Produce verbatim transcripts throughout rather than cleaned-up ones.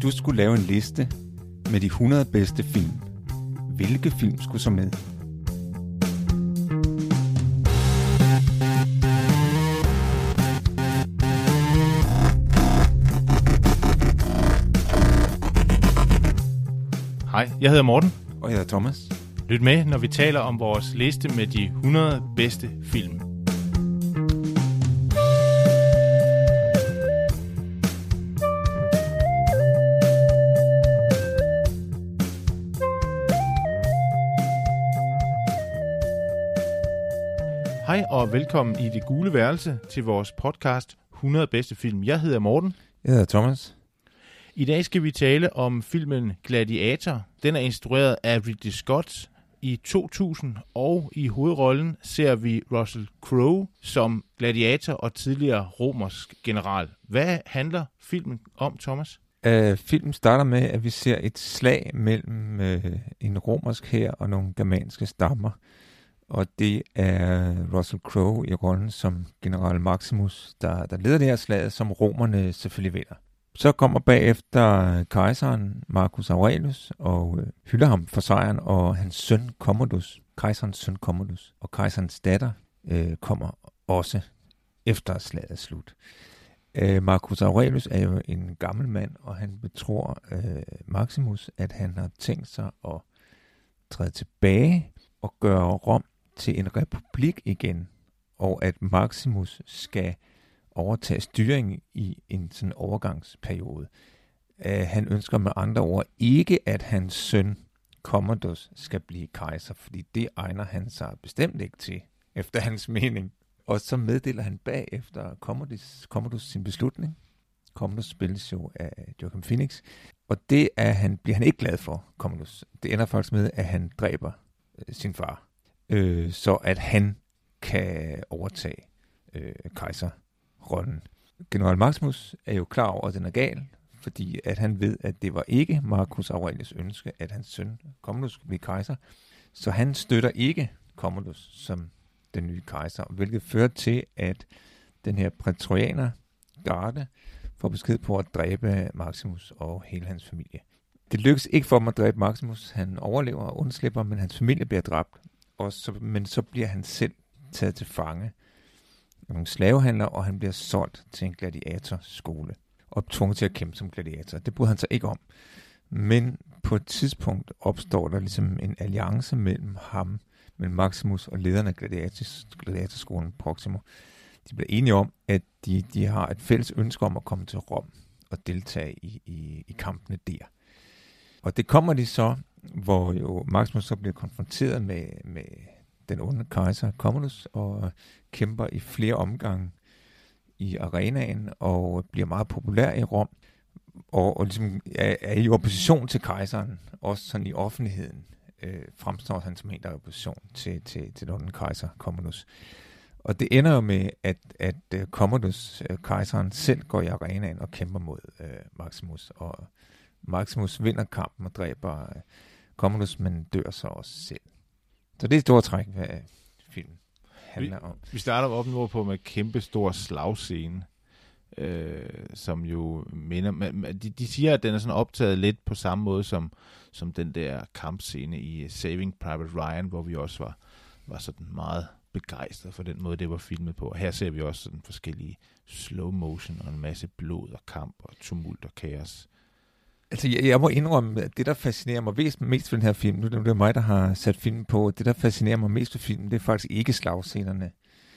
du skulle lave en liste med de hundrede bedste film, hvilke film skulle så med? Hej, jeg hedder Morten. Og jeg hedder Thomas. Lyt med, når vi taler om vores liste med de hundrede bedste film. Hej og velkommen i det gule værelse til vores podcast hundrede bedste film. Jeg hedder Morten. Jeg hedder Thomas. I dag skal vi tale om filmen Gladiator. Den er instrueret af Ridley Scott i to tusind, og i hovedrollen ser vi Russell Crowe som gladiator og tidligere romersk general. Hvad handler filmen om, Thomas? Uh, filmen starter med, at vi ser et slag mellem uh, en romersk hær og nogle germanske stammer. Og det er Russell Crowe i rollen som general Maximus, der, der leder det her slag, som romerne selvfølgelig vinder. Så kommer bagefter kejseren Marcus Aurelius og øh, hylder ham for sejren, og hans søn Commodus, kejserens søn Commodus, og kejserens datter øh, kommer også efter slaget er slut. Øh, Marcus Aurelius er jo en gammel mand, og han betror øh, Maximus, at han har tænkt sig at træde tilbage og gøre Rom til en republik igen, og at Maximus skal overtage styringen i en sådan overgangsperiode. Uh, han ønsker med andre ord ikke, at hans søn Commodus skal blive kejser, fordi det egner han sig bestemt ikke til, efter hans mening. Og så meddeler han bagefter Commodus, Commodus sin beslutning. Commodus spilles jo af Joaquin Phoenix, og det er han, bliver han ikke glad for, Commodus. Det ender faktisk med, at han dræber øh, sin far, øh, så at han kan overtage øh, kejser rollen. General Maximus er jo klar over, at den er gal, fordi at han ved, at det var ikke Marcus Aurelius ønske, at hans søn Commodus skulle blive kejser. Så han støtter ikke Commodus som den nye kejser, hvilket fører til, at den her prætorianer garde får besked på at dræbe Maximus og hele hans familie. Det lykkes ikke for ham at dræbe Maximus. Han overlever og undslipper, men hans familie bliver dræbt. Og så, men så bliver han selv taget til fange. Nogle slavehandler, og han bliver solgt til en gladiatorskole og tvunget til at kæmpe som gladiator. Det bryder han sig ikke om. Men på et tidspunkt opstår der ligesom en alliance mellem ham, mellem Maximus og lederen af gladiatorskolen Proximo. De bliver enige om, at de, de har et fælles ønske om at komme til Rom og deltage i, i, i kampene der. Og det kommer de så, hvor jo Maximus så bliver konfronteret med, med den onde kejser Commodus, og kæmper i flere omgange i arenaen, og bliver meget populær i Rom, og, og ligesom er, er i opposition til kejseren, også sådan i offentligheden, øh, fremstår han som en, der er i opposition til, til, til den onde kejser Commodus. Og det ender jo med, at, at uh, Commodus, uh, kejseren, selv går i arenaen og kæmper mod uh, Maximus, og Maximus vinder kampen og dræber uh, Commodus, men dør så også selv. Så det er et stort træk, hvad filmen handler om. Vi, vi starter op nu på med kæmpe stor slagscene, øh, som jo minder... De, de siger, at den er sådan optaget lidt på samme måde som, som den der kampscene i Saving Private Ryan, hvor vi også var, var sådan meget begejstret for den måde, det var filmet på. Og her ser vi også sådan forskellige slow motion og en masse blod og kamp og tumult og kaos. Altså, jeg, jeg må indrømme, at det, der fascinerer mig mest, mest ved den her film, nu det er mig, der har sat filmen på, det, der fascinerer mig mest ved filmen, det er faktisk ikke slagscenerne,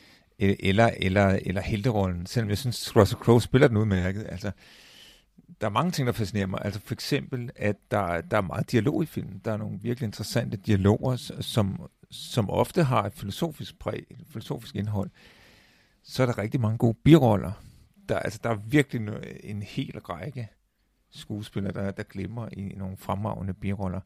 eller, eller, eller helterollen, selvom jeg synes, Russell Crowe spiller den udmærket. Altså, der er mange ting, der fascinerer mig. Altså for eksempel, at der, der er meget dialog i filmen. Der er nogle virkelig interessante dialoger, som, som ofte har et filosofisk præg, et filosofisk indhold. Så er der rigtig mange gode biroller. Der, altså, der er virkelig en hel række skuespillere, der, der glimrer i nogle fremragende biroller.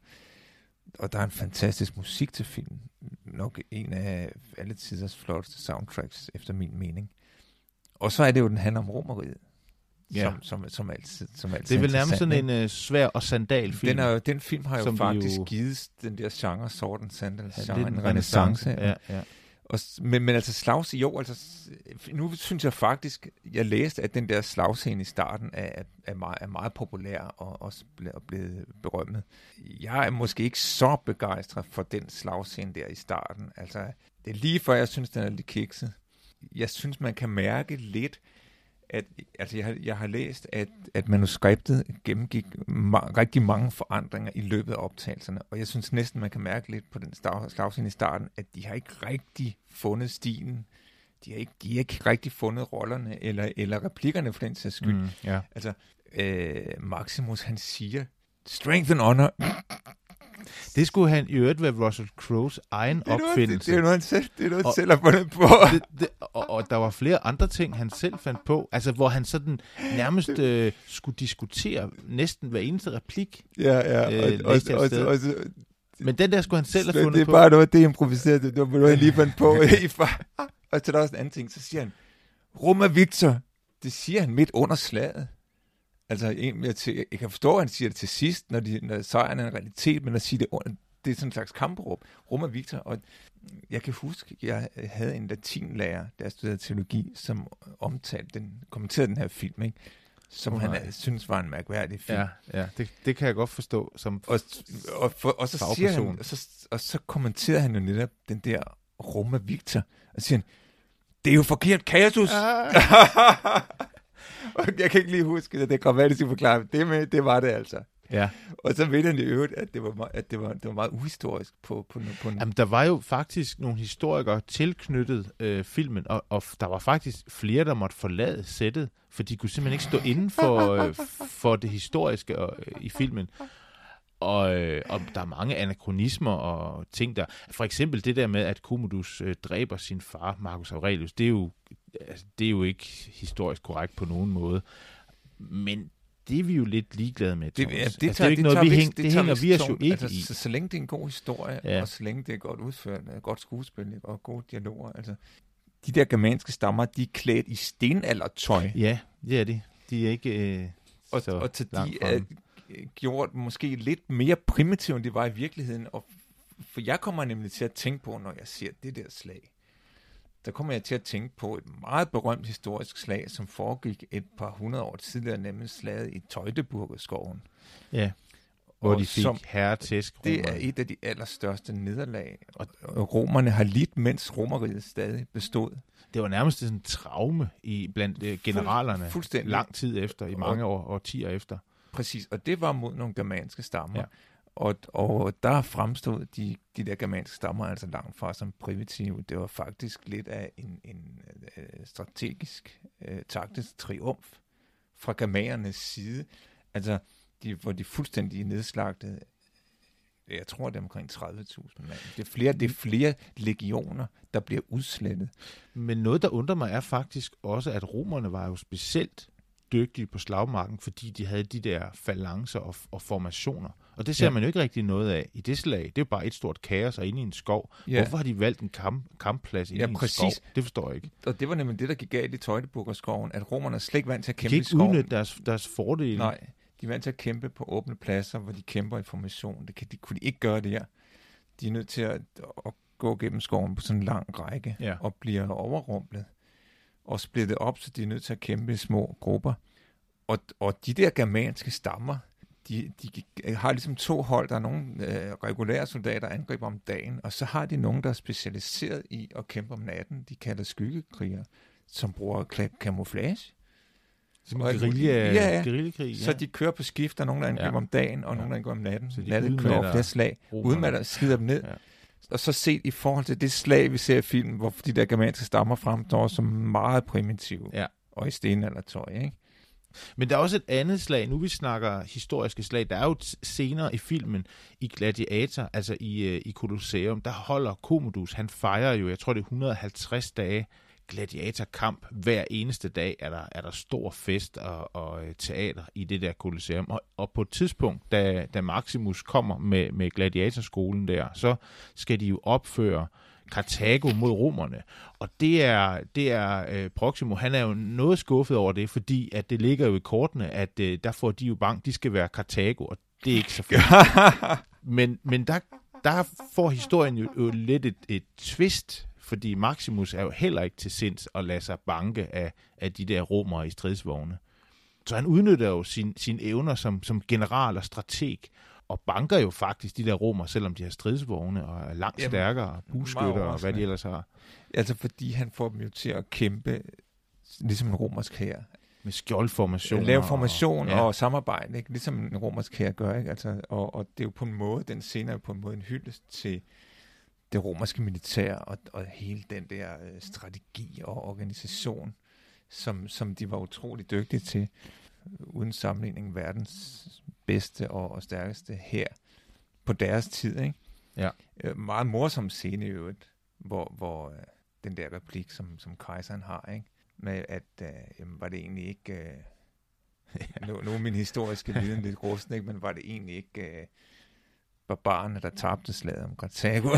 Og der er en fantastisk musik til filmen. Nok en af alle tiders flotteste soundtracks, efter min mening. Og så er det jo, den handler om Romeriet. Ja. Som, som, som, altid, som altid. Det er vel nærmest sådan en uh, svær og sandal-film. Den, er, den film har jo faktisk jo... givet den der genre, sort and sandal, genre, en renaissance. Ja, ja. Og, men, men altså slags, jo, altså, nu synes jeg faktisk, jeg læste, at den der slagscene i starten er, er, meget, er meget populær og også blevet, blevet berømmet. Jeg er måske ikke så begejstret for den slagscene der i starten. Altså, det er lige før, jeg synes, den er lidt kikset. Jeg synes, man kan mærke lidt, at altså jeg har, jeg har læst, at, at manuskriptet gennemgik ma- rigtig mange forandringer i løbet af optagelserne, og jeg synes næsten, man kan mærke lidt på den slagscene i starten, at de har ikke rigtig fundet stilen. De har ikke, de har ikke rigtig fundet rollerne, eller, eller replikkerne for den sags skyld. Mm, ja. Altså, øh, Maximus, han siger, strength and honor. Det skulle han i øvrigt være Russell Crowes egen det opfindelse. Det, det er noget, han selv, det er noget, og, selv har fundet på. Det, det, og, og der var flere andre ting, han selv fandt på, altså hvor han sådan nærmest øh, skulle diskutere næsten hver eneste replik. Ja, ja. Øh, og, og, og, og, og, Men den der skulle han selv have fundet på. Det er bare noget, det er improviseret. Det var noget, han lige fandt på. Og så er der også en anden ting. Så siger han, Roma Victor. Det siger han midt under slaget. Altså, jeg, jeg, jeg kan forstå, at han siger det til sidst, når, de, når sejren er en realitet, men at sige det under, det er sådan en slags kampråb. Roma Victor. Og jeg kan huske, at jeg havde en latinlærer, der studerede teologi, som omtalte den, kommenterede den her film, ikke? Som oh, han synes var en mærkværdig film. Ja, ja det, det kan jeg godt forstå som og, og, for, og, så siger han, og, så, og så kommenterer han jo netop den der Roma Victor, og siger han, det er jo forkert, Casus! Ah. Jeg kan ikke lige huske, at det er grammatisk forklaret, det, med, det var det altså. Ja. Og så ved han i øvrigt, at det var, at det var, det var meget uhistorisk på, på, på Jamen, der var jo faktisk nogle historikere tilknyttet øh, filmen, og, og der var faktisk flere, der måtte forlade sættet, for de kunne simpelthen ikke stå inden for, øh, for det historiske øh, i filmen. Og, øh, og der er mange anachronismer og ting der. For eksempel det der med, at Commodus øh, dræber sin far, Marcus Aurelius, det er, jo, altså, det er jo ikke historisk korrekt på nogen måde. Men det er vi jo lidt ligeglade med, det, ja, det, altså, tager, det er jo ikke det noget, vi, vi, hæng, det, det hænger vi os jo ikke altså, i. Så, så længe det er en god historie, ja. og så længe det er godt udført, godt skuespil og gode dialoger, altså de der germanske stammer, de er klædt i stenaldertøj. Ja, det er de. De er ikke øh, og, så og til langt de er gjort måske lidt mere primitive, end det var i virkeligheden. Og for jeg kommer nemlig til at tænke på, når jeg ser det der slag, der kommer jeg til at tænke på et meget berømt historisk slag, som foregik et par hundrede år tidligere, nemlig slaget i Teutoburgerskoven. Ja, hvor de fik herretæsk. Det er et af de allerstørste nederlag, og romerne har lidt, mens Romeriet stadig bestod. Det var nærmest sådan en traume i blandt uh, generalerne Fuld, lang tid efter, i mange år, årtier efter. Præcis, og det var mod nogle germanske stammer. Ja. Og, og der fremstod de, de der germanske stammer altså langt fra som primitive. Det var faktisk lidt af en, en uh, strategisk, uh, taktisk triumf fra germanernes side. Altså, de, hvor de fuldstændig nedslagtede, jeg tror, det er omkring tredive tusind mand. Det er flere, det er flere legioner, der bliver udslettet. Men noget, der undrer mig, er faktisk også, at romerne var jo specielt dygtige på slagmarken, fordi de havde de der falancer og, og formationer. Og det ser ja. man jo ikke rigtig noget af i det slag. Det er jo bare et stort kaos og inde i en skov. Ja. Hvorfor har de valgt en kamp, kampplads inde ja, i en præcis. skov? Det forstår jeg ikke. Og det var nemlig det, der gik galt i Teutoburgerskoven, at romerne er slet ikke vant til at kæmpe de i skoven. De kan ikke udnytte deres, deres fordele. Nej, de er vant til at kæmpe på åbne pladser, hvor de kæmper i formation. Det kan, de kunne de ikke gøre det her. De er nødt til at, at gå gennem skoven på sådan en lang række ja. og bliver overrumplet og splittet op, så de er nødt til at kæmpe i små grupper. Og, og de der germanske stammer, de, de har ligesom to hold. Der er nogle øh, regulære soldater, der angriber om dagen, og så har de nogen, der er specialiseret i at kæmpe om natten. De kalder skyggekrigere, som bruger camouflage. Som guerilla, ja, guerillakrig, ja. Så de kører på skift, der er nogen, der angriber ja. om dagen, og ja. nogen, der angriber om natten. Så de natten kører over flere slag, udmatter, skider dem ned. Ja. Og så set i forhold til det slag, vi ser i filmen, hvor de der germanske stammer fremstår som meget primitive, ja. og i stenaldertøj, ikke? Men der er også et andet slag. Nu vi snakker historiske slag. Der er jo senere i filmen i Gladiator, altså i, i Colosseum, der holder Commodus, han fejrer jo, jeg tror det er et hundrede og halvtreds dage gladiatorkamp. Hver eneste dag er der, er der stor fest og, og teater i det der Colosseum. Og, og på et tidspunkt, da, da Maximus kommer med, med gladiatorskolen der, så skal de jo opføre Karthago mod romerne. Og det er, det er øh, Proximo, han er jo noget skuffet over det, fordi at det ligger jo i kortene, at øh, der får de jo bange, de skal være Karthago, og det er ikke så fedt. men men der, der får historien jo, jo lidt et, et twist, fordi Maximus er jo heller ikke til sinds at lade sig banke af, af de der romere i stridsvogne. Så han udnytter jo sin, sine evner som, som general og strateg, og banker jo faktisk de der romer, selvom de har stridsvogne og er langt Jamen, stærkere, bueskytter og hvad de ellers har. Altså fordi han får dem jo til at kæmpe ligesom en romersk hær. Med skjoldformation. Lave formation og, ja. og samarbejde, ikke? Ligesom en romersk hær gør. Ikke? Altså, og, og det er jo på en måde, den scene er på en måde en hyldest til det romerske militær og, og hele den der øh, strategi og organisation, som, som de var utrolig dygtige til. Uden sammenligning verdens bedste og, og stærkeste hær på deres tid. Ikke? Ja. Øh, meget morsom scene i øvrigt, hvor, hvor øh, den der replik, som, som kejseren har, ikke? Med at, øh, jamen, var det egentlig ikke, øh, nu, nu er min historiske viden lidt rusten, ikke? Men var det egentlig ikke øh, barbarerne, der tabte slaget om Karthago?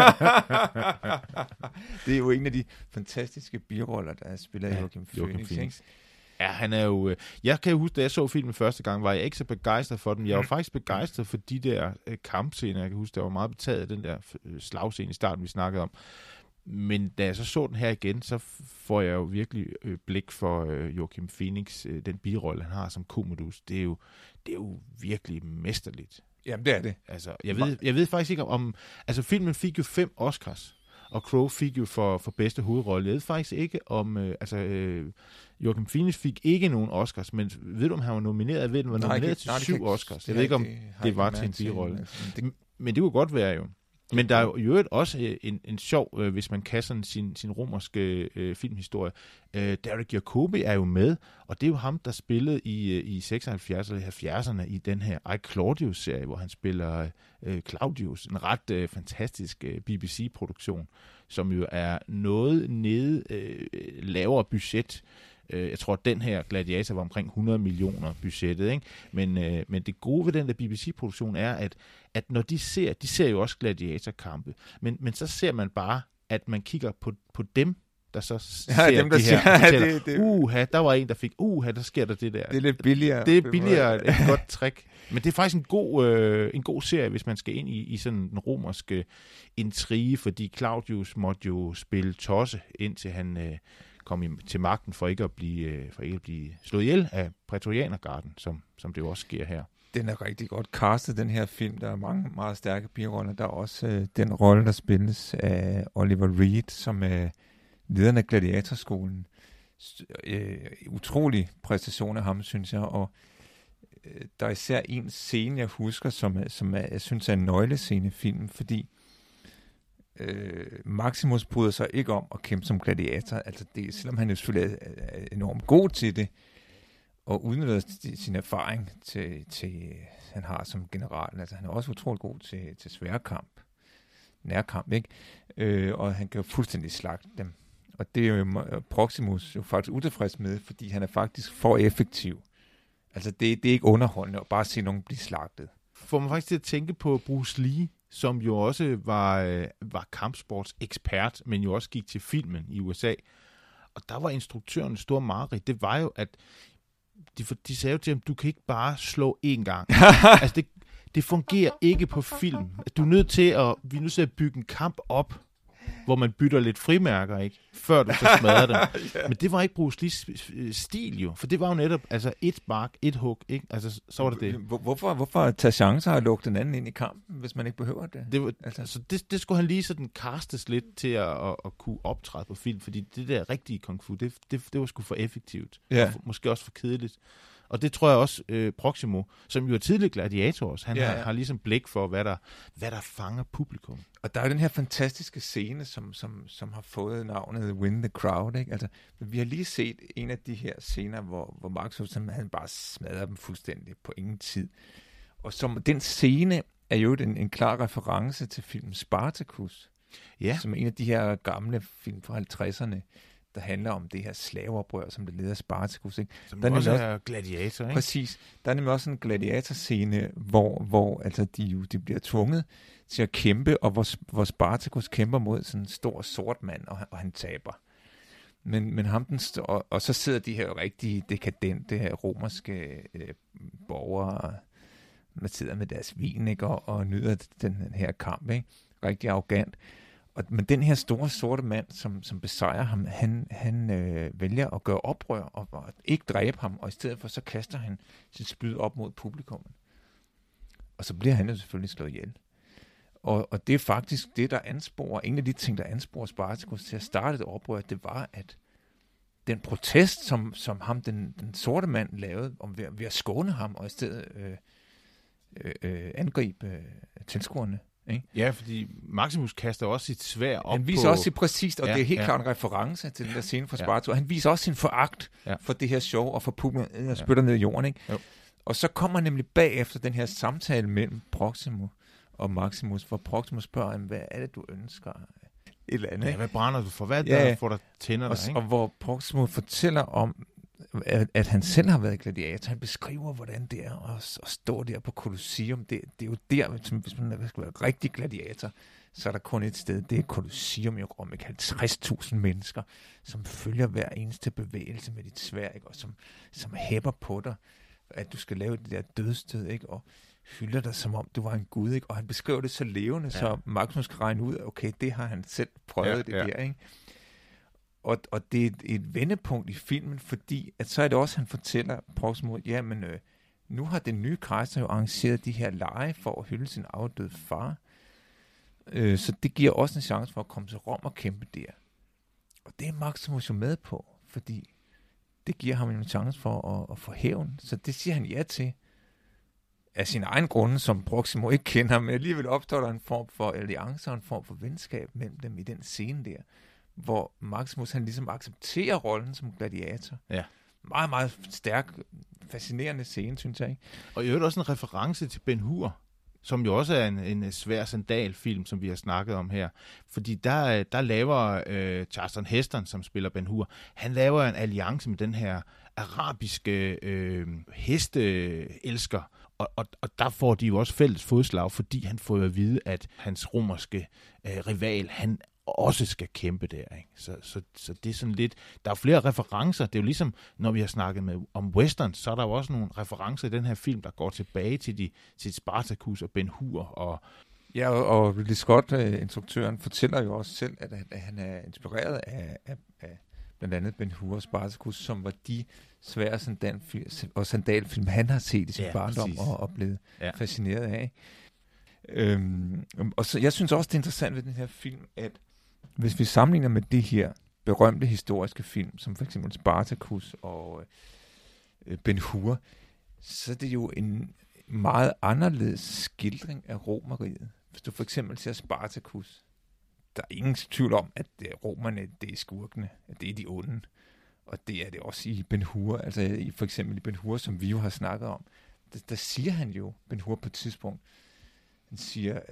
Det er jo en af de fantastiske biroller, der spiller ja, Joaquin Phoenix. Phoenix. Ja, han er jo... Jeg kan jo huske, da jeg så filmen første gang, var jeg ikke så begejstret for den. Jeg var faktisk begejstret for de der øh, kampscener. Jeg kan huske, der var meget betaget af den der slagscene i starten, vi snakkede om. Men da jeg så så den her igen, så får jeg jo virkelig øh, blik for øh, Joaquin Phoenix, øh, den birolle, han har som Commodus. Det er jo, det er jo virkelig mesterligt. Jamen, det er det. Altså, jeg ved, jeg ved faktisk ikke om... Altså, filmen fik jo fem Oscars, og Crowe fik jo for, for bedste hovedrolle. Jeg ved faktisk ikke om... Øh, altså, øh, Joaquin Phoenix fik ikke nogen Oscars, men ved du, om han var nomineret? Jeg ved, han var nomineret nej, til nej, syv Oscars. Jeg ved ikke, om det, det var til en birolle. Det... Men det kunne godt være jo. Men der er jo i øvrigt også en, en sjov, øh, hvis man kan sådan sin, sin romerske øh, filmhistorie. Øh, Derek Jacobi er jo med, og det er jo ham, der spillede i, i seksoghalvfjerds eller halvfjerdserne i den her I, Claudius-serie, hvor han spiller øh, Claudius. En ret øh, fantastisk øh, B B C-produktion, som jo er noget nede øh, lavere budget. Jeg tror, at den her Gladiator var omkring hundrede millioner budgettet, ikke? Men, øh, men det gode ved den der B B C-produktion er, at, at når de ser, de ser jo også Gladiator-kampe, men, men så ser man bare, at man kigger på, på dem, der så ser ja, dem, der de her, siger, fortæller, det, det, uha, der var en, der fik, uha, der sker der det der. Det er lidt billigere. Det er billigere, et godt trick. Men det er faktisk en god, øh, en god serie, hvis man skal ind i, i sådan den romerske intrige, fordi Claudius måtte jo spille tosse, indtil han... Øh, kom til magten for ikke at blive, for ikke at blive slået ihjel af prætorianergarden, som, som det jo også sker her. Den er rigtig godt castet, den her film. Der er mange meget stærke biroller. Der er også øh, den rolle, der spilles af Oliver Reed, som er lederen af Gladiatorskolen. Øh, utrolig præstation af ham, synes jeg. Og øh, der er især en scene, jeg husker, som, er, som er, jeg synes er en nøglescene i filmen, fordi Øh, Maximus bryder sig ikke om at kæmpe som gladiator, altså det, selvom han jo selvfølgelig er, er enormt god til det, og udnytter sin erfaring til, til han har som general, altså han er også utrolig god til, til sværkamp, nærkamp, ikke? Øh, og han kan jo fuldstændig slagte dem, og det er jo Proximus jo faktisk utilfreds med, fordi han er faktisk for effektiv. Altså det, det er ikke underholdende at bare se nogen blive slagtet. Får man faktisk til at tænke på Bruce Lee, som jo også var, var kampsportsekspert, men jo også gik til filmen i U S A. Og der var instruktøren stor mareridt. Det var jo, at de, de sagde jo til ham, du kan ikke bare slå én gang. Altså, det, det fungerer ikke på film. Du er nødt til at, vi er nødt til at bygge en kamp op, hvor man bytter lidt frimærker, ikke? Før du så smadrer dem. Yeah. Men det var ikke Bruce Lees stil jo, for det var jo netop altså et spark, et hug, ikke? Altså så var det det. Hvorfor, hvorfor tage chancer og lukke den anden ind i kampen, hvis man ikke behøver det? Det, var, altså. Så det, det skulle han lige sådan castes lidt til at, at, at kunne optræde på film, fordi det der rigtige kung fu, det, det, det var sgu for effektivt. Yeah. Og for, måske også for kedeligt. Og det tror jeg også, øh, Proximo, som jo er tidligere gladiator også, han ja, ja. Har, har ligesom blik for, hvad der, hvad der fanger publikum. Og der er jo den her fantastiske scene, som, som, som har fået navnet Win the Crowd, ikke? Altså, vi har lige set en af de her scener, hvor, hvor Maximus, han bare smadrer dem fuldstændig på ingen tid. Og som, den scene er jo en, en klar reference til filmen Spartacus, ja. Som er en af de her gamle film fra halvtredserne, der handler om det her slaveoprør, som det leder Spartacus. Ikke? Som der også er gladiator, ikke? Præcis. Der er nemlig også en gladiatorscene, hvor, hvor altså, de, jo, de bliver tvunget til at kæmpe, og hvor, hvor Spartacus kæmper mod sådan en stor sort mand, og, og han taber. Men, men ham den st- og, og så sidder de her rigtig dekadente her romerske øh, borgere, der sidder med deres vin, ikke? Og, og nyder den her kamp, ikke? Rigtig arrogant. Og, men den her store sorte mand, som, som besejrer ham, han, han øh, vælger at gøre oprør og, og ikke dræbe ham, og i stedet for så kaster han sit spyd op mod publikum. Og så bliver han jo selvfølgelig slået ihjel. Og, og det er faktisk det, der ansporer, en af de ting, der ansporer Spartacus til at starte et oprør, det var, at den protest, som, som ham, den, den sorte mand, lavede, om ved, ved at skåne ham, og i stedet øh, øh, øh, angribe øh, tilskuerne. Ikke? Ja, fordi Maximus kaster også sit sværd op på... Han viser på... også præcist, og ja, det er helt ja. klart en reference til den der scene fra Spartacus. Ja. Han viser også sin foragt ja. for det her show, og for publikum, der spytter ja. ned i jorden. Ikke? Og så kommer nemlig bagefter den her samtale mellem Proximo og Maximus, hvor Proximo spørger ham, hvad er det, du ønsker? Et eller andet. Ja, hvad brænder du for? Hvad ja. der får der tænder og, dig? Ikke? Og hvor Proximo fortæller om, at, at han selv har været gladiator. Han beskriver, hvordan det er at, at stå der på Colosseum. Det, det er jo der, hvis man skal være rigtig gladiator, så er der kun et sted. Det er Colosseum i Rom, ikke? halvtreds tusind mennesker, som følger hver eneste bevægelse med dit sværd, ikke? Og som, som hæpper på dig, at du skal lave det der dødstød, ikke? Og hylder dig, som om du var en gud, ikke? Og han beskriver det så levende, ja. så Maximus kan regne ud, okay, det har han selv prøvet, ja, det ja. der, ikke? Og, og det er et, et vendepunkt i filmen, fordi at så er det også, han fortæller Proximo, jamen, øh, nu har den nye kejser jo arrangeret de her lege for at hylde sin afdøde far. Øh, så det giver også en chance for at komme til Rom og kæmpe der. Og det er Maximus jo med på, fordi det giver ham en chance for at, at få hævn. Så det siger han ja til af sin egen grunde, som Proximo ikke kender, men alligevel opstår der en form for alliance og en form for venskab mellem dem i den scene der, hvor Maximus han ligesom accepterer rollen som gladiator. Ja. Meget, meget stærk, fascinerende scene, synes jeg. Ikke? Og i øvrigt også en reference til Ben Hur, som jo også er en, en svær sandalfilm, som vi har snakket om her. Fordi der, der laver øh, Charlton Heston, som spiller Ben Hur, han laver en alliance med den her arabiske øh, hesteelsker, og, og, og der får de jo også fælles fodslag, fordi han får at vide, at hans romerske øh, rival, han også skal kæmpe der. Ikke? Så, så, så det er sådan lidt... Der er flere referencer. Det er jo ligesom, når vi har snakket med, om western, så er der jo også nogle referencer i den her film, der går tilbage til, de, til Spartacus og Ben Hur. Og ja, og, og Ridley Scott, øh, instruktøren, fortæller jo også selv, at, at han er inspireret af, af, af blandt andet Ben Hur og Spartacus, som var de svære sandalfilm, og sandalfilm, han har set i sin ja, barndom og, og blevet ja. fascineret af. Øhm, og så, jeg synes også, det er interessant ved den her film, at hvis vi sammenligner med de her berømte historiske film, som for eksempel Spartacus og øh, Ben Hur, så er det jo en meget anderledes skildring af Romeriet. Hvis du for eksempel ser Spartacus, der er ingen tvivl om, at det er romerne, det er skurkene, at det er de onde. Og det er det også i Ben Hur, altså i, for eksempel i Ben Hur, som vi jo har snakket om. Der, der siger han jo, Ben Hur på et tidspunkt, han siger,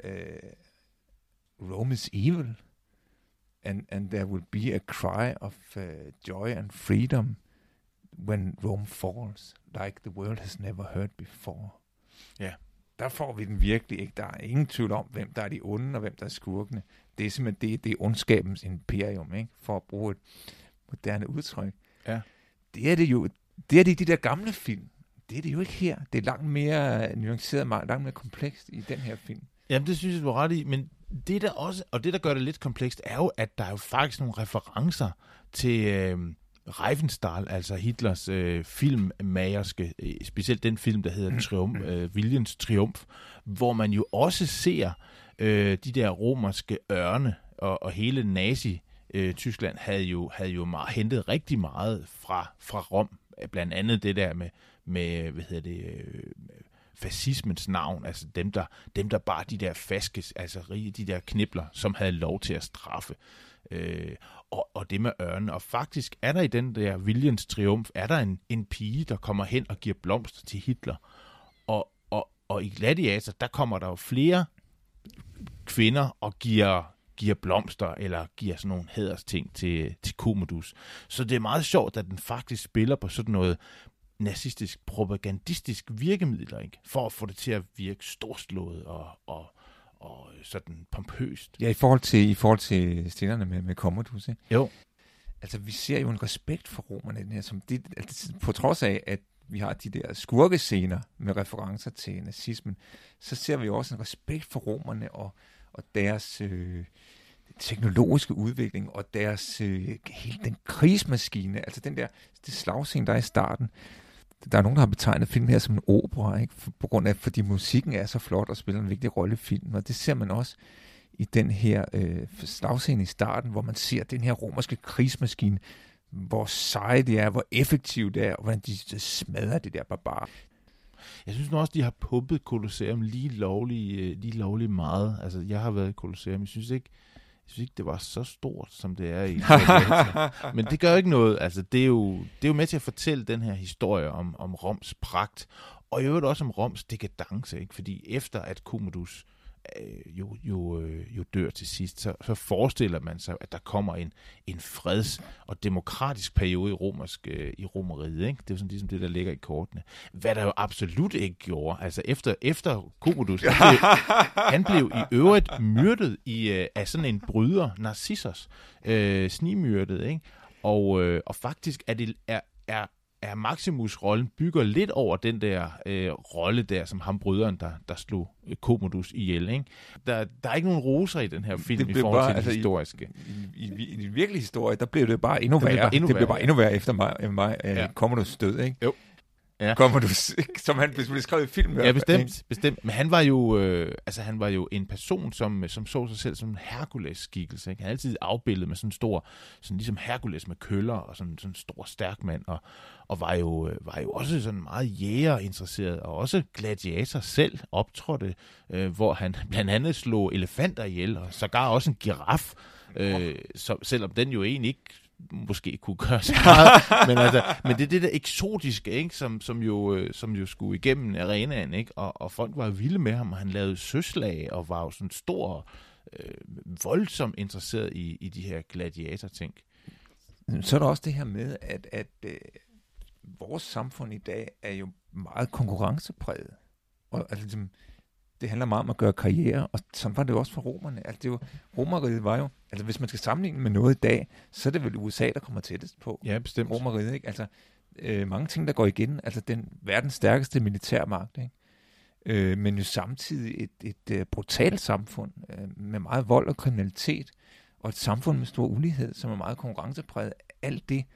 uh, Rome is evil. And, and there will be a cry of uh, joy and freedom when Rome falls, like the world has never heard before. Ja, der får vi den virkelig ikke. Der er ingen tvivl om, hvem der er de onde, og hvem der er skurkene. Det er simpelthen det, det er ondskabens imperium, ikke? For at bruge et moderne udtryk. Ja. Det er det jo, det er det i de der gamle film. Det er det jo ikke her. Det er langt mere nuanceret, langt mere komplekst i den her film. Jamen, det synes jeg, du er ret i, men det der også, og det der gør det lidt komplekst, er jo, at der er jo faktisk nogle referencer til øh, Riefenstahl, altså Hitlers øh, filmmagerske, øh, specielt den film, der hedder Triumf, øh, Viljens Triumf, hvor man jo også ser øh, de der romerske ørne, og, og hele nazi øh, Tyskland havde jo, havde jo meget, hentet rigtig meget fra, fra Rom, blandt andet det der med, med hvad hedder det, øh, fascismens navn, altså dem der, dem der bare de der faskes, altså rige, de der knibler, som havde lov til at straffe, øh, og, og det med ørnen. Og faktisk er der i den der Viljens Triumf, er der en, en pige, der kommer hen og giver blomster til Hitler. Og, og, og i Gladiator, der kommer der jo flere kvinder og giver, giver blomster, eller giver sådan nogle hædersting til, til Commodus. Så det er meget sjovt, at den faktisk spiller på sådan noget nazistisk, propagandistisk virkemidler, ikke? For at få det til at virke storslået og, og, og sådan pompøst. Ja, i forhold til, i forhold til scenerne med, med Commodus, ikke? Jo. Altså, vi ser jo en respekt for romerne i den her, som det, altså, på trods af, at vi har de der skurkescener med referencer til nazismen, så ser vi jo også en respekt for romerne og, og deres, øh, teknologiske udvikling og deres øh, hele den krigsmaskine, altså den der det slagscene, der er i starten. Der er nogen, der har betegnet filmen her som en opera, ikke? For, på grund af, fordi musikken er så flot og spiller en vigtig rolle i filmen, og det ser man også i den her øh, slagscene i starten, hvor man ser den her romerske krigsmaskine, hvor seje det er, hvor effektivt det er, og hvordan de smadrer det der barbarer. Jeg synes nu også, de har pumpet Colosseum lige lovlig, lige lovlig meget. Altså, jeg har været i Colosseum, jeg synes ikke, jeg synes ikke, det var så stort, som det er i men det gør ikke noget. Altså, det er jo, det er jo med til at fortælle den her historie om, om Roms pragt, og i øvrigt også om Roms dekadence, ikke? Fordi efter at Commodus øh, jo, jo, øh, jo dør til sidst, så, så forestiller man sig, at der kommer en, en freds- og demokratisk periode i, romersk, øh, i Romeriet. Ikke? Det er jo sådan ligesom det, der ligger i kortene. Hvad der jo absolut ikke gjorde. Altså efter, efter Commodus, han blev, han blev i øvrigt myrdet i, øh, af sådan en bryder, Narcissus, øh, snigmyrdet. Ikke? Og, øh, og faktisk er det... Er, er er Maximus-rollen bygger lidt over den der øh, rolle der, som ham bryderen, der, der slog øh, Commodus ihjel. Ikke? Der, der er ikke nogen roser i den her film det i forhold bare, til altså, det historiske. I, i, i, i den virkelige historie, der blev det bare endnu værre. Det, endnu det blev bare endnu værre efter mig, mig øh, ja. Commodus død, ikke? Jo. Ja. Commodus, som han blev skrevet i film. Ja, bestemt, bestemt. Men han var jo, øh, altså han var jo en person, som, som så sig selv som en Herkules-skikkelse. Ikke? Han er altid afbildet med sådan en stor, sådan ligesom Herkules med køller og sådan sådan en stor stærk mand, og, og var jo var jo også sådan meget jægerinteresseret, og også gladiator selv optrådte, øh, hvor han blandt andet slog elefanter ihjel, og sågar også en giraf, øh, så, selvom den jo egentlig ikke måske kunne gøre så meget, men, altså, men det er det der eksotiske, ikke? Som, som, jo, som jo skulle igennem arenaen, ikke? Og, og folk var vilde med ham, og han lavede søslag, og var jo sådan stor, øh, voldsomt interesseret i, i de her gladiator-ting. Så er der også det her med, at, at øh, vores samfund i dag er jo meget konkurrencepræget, og altså ligesom det handler meget om at gøre karriere, og sådan var det jo også for romerne. Altså det var, Romeriet var jo, altså hvis man skal sammenligne med noget i dag, så er det vel U S A, der kommer tættest på. Ja, bestemt. Romeriet, ikke? Altså øh, mange ting, der går igen. Altså den verdens stærkeste militærmagt, ikke? Øh, men jo samtidig et, et, et brutalt samfund øh, med meget vold og kriminalitet, og et samfund med stor ulighed, som er meget konkurrencepræget. Alt det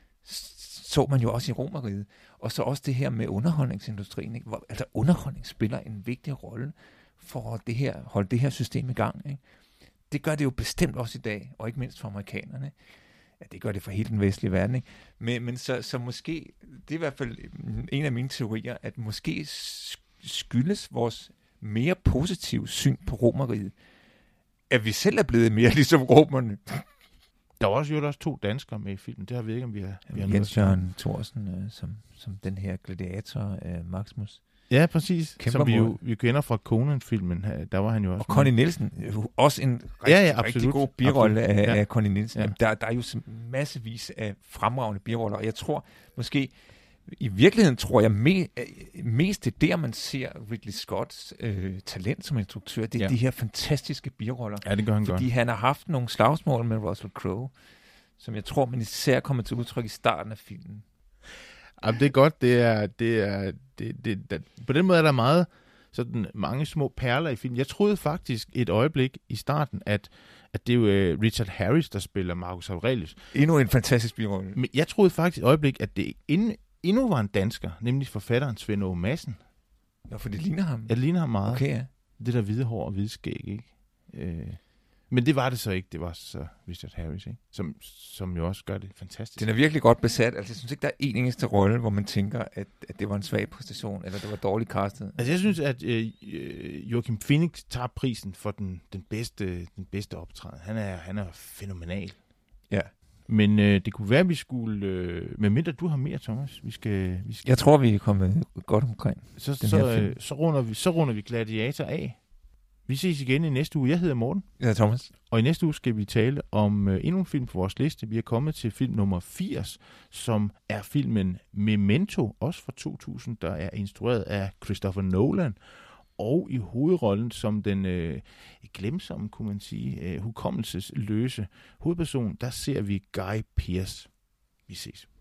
så man jo også i Romeriet. Og så også det her med underholdningsindustrien, ikke? Hvor, altså underholdning spiller en vigtig rolle for at det her, holde det her system i gang. Ikke? Det gør det jo bestemt også i dag, og ikke mindst for amerikanerne. Ja, det gør det for hele den vestlige verden. Ikke? Men, men så, så måske, det er i hvert fald en af mine teorier, at måske skyldes vores mere positive syn på Romeriet, at vi selv er blevet mere ligesom romerne. Der var også jo også to danskere med i filmen. Det har vi ikke, om vi har... Vi har Jens Jørgen Thorsen, øh, som, som den her gladiator, øh, Maximus. Ja, præcis. Kæmper som vi jo vi kender fra Conan-filmen. Der var han jo også. Og Connie Nielsen. Også en rigtig, ja, ja, rigtig god birolle af, ja. af Connie Nielsen. Ja. Der, der er jo massevis af fremragende biroller, og jeg tror måske... I virkeligheden tror jeg me, mest det der, man ser Ridley Scotts øh, talent som instruktør, det er ja. de her fantastiske biroller. Ja, det gør han Fordi godt. han har haft nogle slagsmål med Russell Crowe, som jeg tror, man især kommer til udtryk i starten af filmen. Jamen, det er godt. Det er, det er, det, det, det, på den måde er der meget sådan mange små perler i filmen. Jeg troede faktisk et øjeblik i starten, at at det er jo uh, Richard Harris, der spiller Marcus Aurelius. Endnu en fantastisk birolle. Men jeg troede faktisk et øjeblik, at det inden endnu var en dansker, nemlig forfatteren Svend Åge Madsen. Nå, for det ligner ham. Ja, det ligner ham meget. Okay, ja. Det der hvide hår og hvide skæg, ikke? Øh, men det var det så ikke. Det var så Richard Harris, ikke? Som, som jo også gør det fantastisk. Den er virkelig godt besat. Altså, jeg synes ikke, der er en eneste rolle, hvor man tænker, at, at det var en svag præstation, eller det var dårligt castet. Altså, jeg synes, at øh, Joaquin Phoenix tager prisen for den, den, bedste, den bedste optræden. Han er, han er fænomenal. Ja. Men øh, det kunne være, at vi skulle... Øh, medmindre du har mere, Thomas. Vi skal, vi skal, jeg tror, vi er kommet godt omkring så, den så, her film. Øh, så, runder vi, så runder vi Gladiator af. Vi ses igen i næste uge. Jeg hedder Morten. Jeg hedder Thomas. Og i næste uge skal vi tale om øh, endnu en film på vores liste. Vi er kommet til film nummer firs, som er filmen Memento, også fra to tusind, der er instrueret af Christopher Nolan. Og i hovedrollen som den øh, glemsomme, kunne man sige, øh, hukommelsesløse hovedperson, der ser vi Guy Pearce. Vi ses.